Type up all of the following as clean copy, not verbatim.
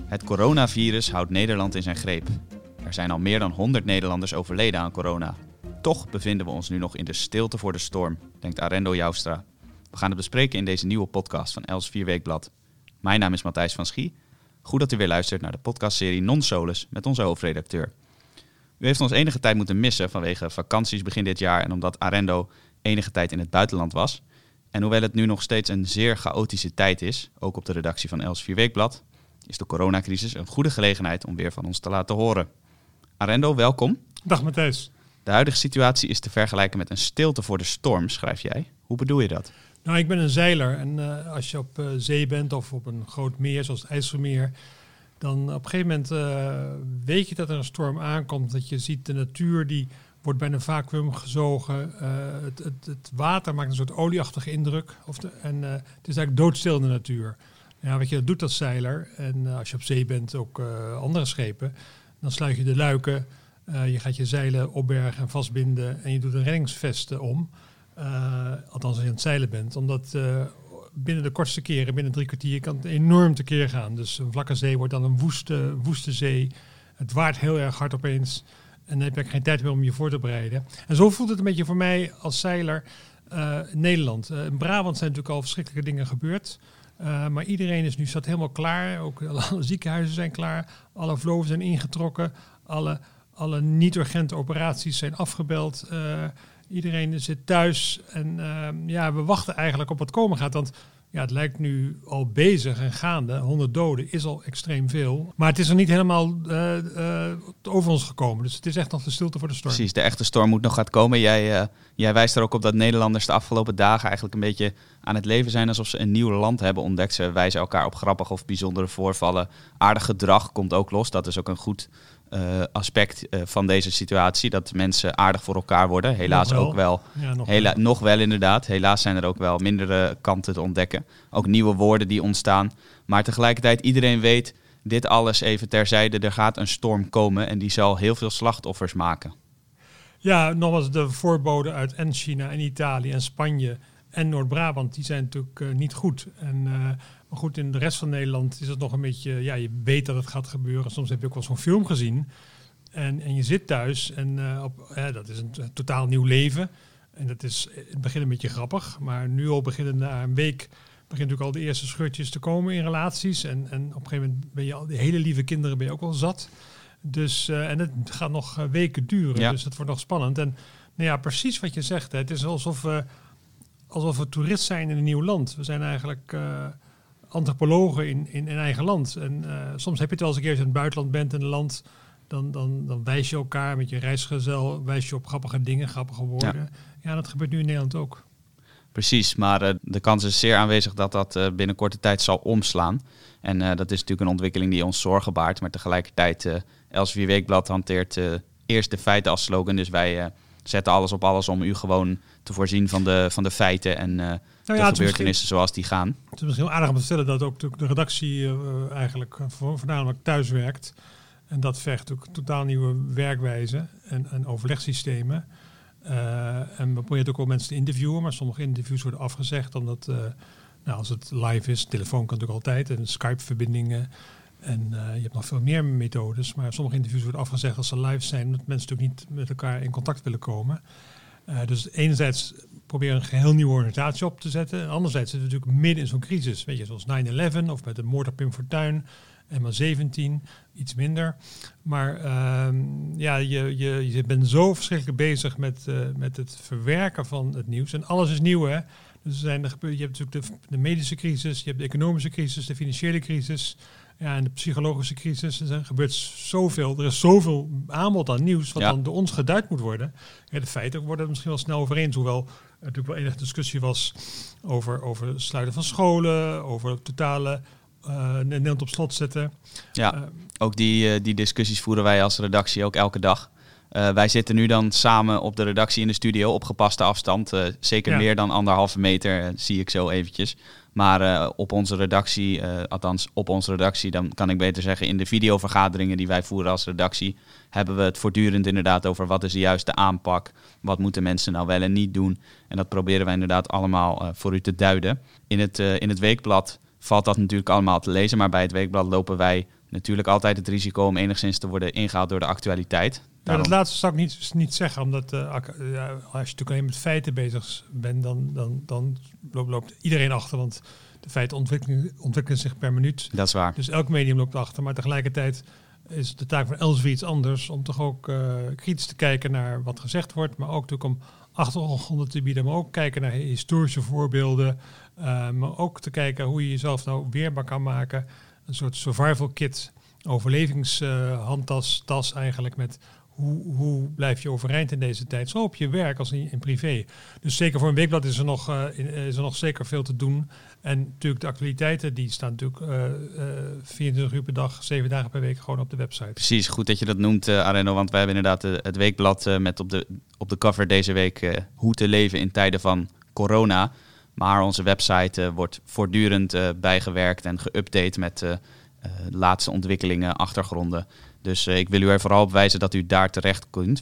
Het coronavirus houdt Nederland in zijn greep. Er zijn al meer dan 100 Nederlanders overleden aan corona. Toch bevinden we ons nu nog in de stilte voor de storm, denkt Arendo Joustra. We gaan het bespreken in deze nieuwe podcast van Elsevier Weekblad. Mijn naam is Matthijs van Schie. Goed dat u weer luistert naar de podcastserie Non Solus met onze hoofdredacteur. U heeft ons enige tijd moeten missen vanwege vakanties begin dit jaar en omdat Arendo enige tijd in het buitenland was. En hoewel het nu nog steeds een zeer chaotische tijd is, ook op de redactie van Elsevier Weekblad, is de coronacrisis een goede gelegenheid om weer van ons te laten horen. Arendo, welkom. Dag Matthijs. De huidige situatie is te vergelijken met een stilte voor de storm, schrijf jij. Hoe bedoel je dat? Nou, ik ben een zeiler en als je op zee bent of op een groot meer zoals het IJsselmeer, dan op een gegeven moment weet je dat er een storm aankomt. Dat je ziet de natuur die wordt bij een vacuüm gezogen. Het water maakt een soort olieachtige indruk. Het is eigenlijk doodstil in de natuur. Ja, wat je doet als zeiler en als je op zee bent, ook andere schepen, dan sluit je de luiken. Je gaat je zeilen opbergen en vastbinden en je doet een reddingsvest om. Althans als je aan het zeilen bent. Omdat binnen de kortste keren, binnen 3 kwartier, kan het enorm tekeer gaan. Dus een vlakke zee wordt dan een woeste zee. Het waait heel erg hard opeens. En dan heb je geen tijd meer om je voor te bereiden. En zo voelt het een beetje voor mij als zeiler in Nederland. In Brabant zijn natuurlijk al verschrikkelijke dingen gebeurd. Maar iedereen staat helemaal klaar. Ook alle ziekenhuizen zijn klaar. Alle vloven zijn ingetrokken. Alle niet-urgente operaties zijn afgebeld. Iedereen zit thuis. En we wachten eigenlijk op wat komen gaat. Want het lijkt nu al bezig en gaande. 100 doden is al extreem veel. Maar het is nog niet helemaal over ons gekomen. Dus het is echt nog de stilte voor de storm. Precies, de echte storm moet nog gaan komen. Jij wijst er ook op dat Nederlanders de afgelopen dagen eigenlijk een beetje aan het leven zijn alsof ze een nieuw land hebben ontdekt. Ze wijzen elkaar op grappige of bijzondere voorvallen. Aardig gedrag komt ook los. Dat is ook een goed aspect van deze situatie. Dat mensen aardig voor elkaar worden. Helaas ook wel. Ja, nog wel inderdaad. Helaas zijn er ook wel mindere kanten te ontdekken. Ook nieuwe woorden die ontstaan. Maar tegelijkertijd iedereen weet, dit alles even terzijde. Er gaat een storm komen en die zal heel veel slachtoffers maken. Ja, nogmaals de voorboden uit en China en Italië en Spanje en Noord-Brabant, die zijn natuurlijk niet goed. Maar goed, in de rest van Nederland is het nog een beetje, je weet dat het gaat gebeuren. Soms heb je ook wel zo'n film gezien en je zit thuis en dat is een totaal nieuw leven. En dat is in het begin een beetje grappig, maar nu al beginnen na een week natuurlijk al de eerste scheurtjes te komen in relaties. En op een gegeven moment ben je al die hele lieve kinderen ben je ook wel zat. Dus, en het gaat nog weken duren, dus het wordt nog spannend. En precies wat je zegt, hè, het is alsof we toerist zijn in een nieuw land. We zijn eigenlijk antropologen in eigen land. En soms heb je het wel eens een keer als je in het buitenland bent in een land, dan wijs je elkaar met je reisgezel, wijs je op grappige dingen, grappige woorden. Ja, dat gebeurt nu in Nederland ook. Precies, maar de kans is zeer aanwezig dat binnen korte tijd zal omslaan. En dat is natuurlijk een ontwikkeling die ons zorgen baart. Maar tegelijkertijd, Elsevier Weekblad hanteert eerst de feiten als slogan. Dus wij zetten alles op alles om u gewoon te voorzien van de feiten en de gebeurtenissen zoals die gaan. Het is misschien wel aardig om te stellen dat ook de redactie eigenlijk voornamelijk thuis werkt. En dat vergt ook totaal nieuwe werkwijze en overlegsystemen. En we proberen ook wel mensen te interviewen, maar sommige interviews worden afgezegd omdat als het live is, telefoon kan natuurlijk altijd en Skype-verbindingen. En je hebt nog veel meer methodes, maar sommige interviews worden afgezegd als ze live zijn, omdat mensen natuurlijk niet met elkaar in contact willen komen. Dus enerzijds proberen een geheel nieuwe organisatie op te zetten. En anderzijds zitten we natuurlijk midden in zo'n crisis. Weet je, zoals 9/11 of met de moord op Pim Fortuyn, MH17, iets minder. Maar je bent zo verschrikkelijk bezig met het verwerken van het nieuws. En alles is nieuw, hè. Dus je hebt natuurlijk de medische crisis, je hebt de economische crisis, de financiële crisis. Ja, en de psychologische crisis. Er gebeurt zoveel. Er is zoveel aanbod aan nieuws wat dan door ons geduid moet worden. Ja, de feiten worden er misschien wel snel over eens. Hoewel er natuurlijk wel enige discussie was over het sluiten van scholen, over het totale Nederland op slot zetten. Ja, ook die discussies voeren wij als redactie ook elke dag. Wij zitten nu dan samen op de redactie in de studio op gepaste afstand. Zeker meer dan 1,5 meter, zie ik zo eventjes. Maar op onze redactie, dan kan ik beter zeggen, in de videovergaderingen die wij voeren als redactie, hebben we het voortdurend inderdaad over wat is de juiste aanpak, wat moeten mensen nou wel en niet doen. En dat proberen wij inderdaad allemaal voor u te duiden. In het weekblad valt dat natuurlijk allemaal te lezen, maar bij het weekblad lopen wij Natuurlijk altijd het risico om enigszins te worden ingehaald door de actualiteit. Ja, dat laatste zou ik niet zeggen, omdat als je natuurlijk alleen met feiten bezig bent, dan loopt iedereen achter, want de feiten ontwikkelen zich per minuut. Dat is waar. Dus elk medium loopt achter, maar tegelijkertijd is de taak van Elsevier iets anders, om toch ook kritisch te kijken naar wat gezegd wordt, maar ook natuurlijk om achtergronden te bieden, maar ook kijken naar historische voorbeelden, maar ook te kijken hoe je jezelf nou weerbaar kan maken. Een soort survival kit, overlevingshandtas eigenlijk met hoe blijf je overeind in deze tijd. Zo op je werk als in privé. Dus zeker voor een weekblad is er nog zeker veel te doen. En natuurlijk de actualiteiten die staan natuurlijk 24 uur per dag, 7 dagen per week gewoon op de website. Precies, goed dat je dat noemt, Arendo. Want wij hebben inderdaad het weekblad met op de cover deze week hoe te leven in tijden van corona. Maar onze website wordt voortdurend bijgewerkt en geüpdate met laatste ontwikkelingen, achtergronden. Dus ik wil u er vooral op wijzen dat u daar terecht kunt.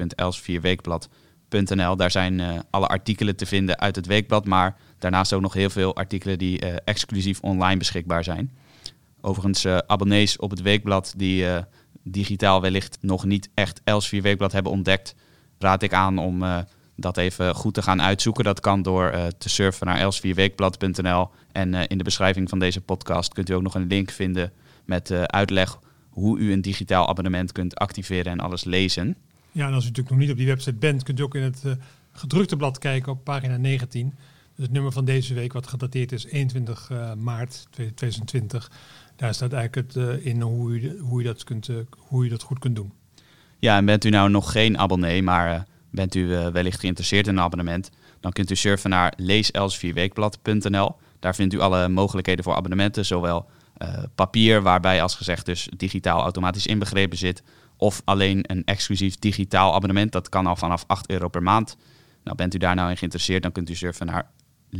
www.elsevierweekblad.nl. Daar zijn alle artikelen te vinden uit het weekblad. Maar daarnaast ook nog heel veel artikelen die exclusief online beschikbaar zijn. Overigens, abonnees op het weekblad die digitaal wellicht nog niet echt Elsevier Weekblad hebben ontdekt, raad ik aan om dat even goed te gaan uitzoeken. Dat kan door te surfen naar elsevierweekblad.nl. En in de beschrijving van deze podcast kunt u ook nog een link vinden met uitleg hoe u een digitaal abonnement kunt activeren en alles lezen. Ja, en als u natuurlijk nog niet op die website bent, kunt u ook in het gedrukte blad kijken op pagina 19. Dus het nummer van deze week, wat gedateerd is 21 maart 2020. Daar staat eigenlijk het in hoe je dat goed kunt doen. Ja, en bent u nou nog geen abonnee, maar bent u wellicht geïnteresseerd in een abonnement, dan kunt u surfen naar leeselsevierweekblad.nl. Daar vindt u alle mogelijkheden voor abonnementen, zowel papier, waarbij als gezegd dus digitaal automatisch inbegrepen zit, of alleen een exclusief digitaal abonnement. Dat kan al vanaf €8 per maand. Nou, bent u daar nou in geïnteresseerd, dan kunt u surfen naar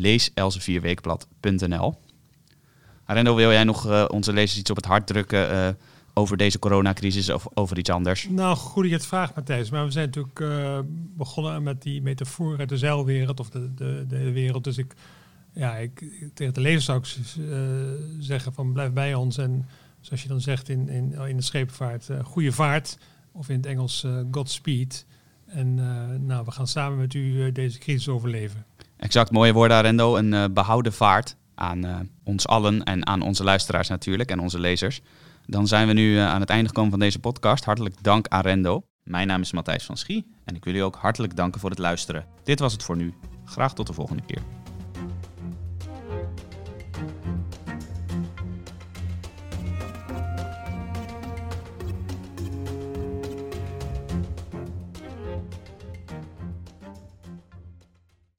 leeselsevierweekblad.nl. Arendo, wil jij nog onze lezers iets op het hart drukken over deze coronacrisis of over iets anders? Nou, goed dat je het vraagt, Matthijs. Maar we zijn natuurlijk begonnen met die metafoor uit de zeilwereld of de wereld. Dus tegen de lezers zou ik zeggen van blijf bij ons. En zoals je dan zegt in de scheepvaart, goede vaart. Of in het Engels Godspeed. En we gaan samen met u deze crisis overleven. Exact, mooie woorden, Arendo. Een behouden vaart aan ons allen en aan onze luisteraars natuurlijk en onze lezers. Dan zijn we nu aan het einde gekomen van deze podcast. Hartelijk dank, Arendo. Mijn naam is Matthijs van Schie en ik wil u ook hartelijk danken voor het luisteren. Dit was het voor nu. Graag tot de volgende keer.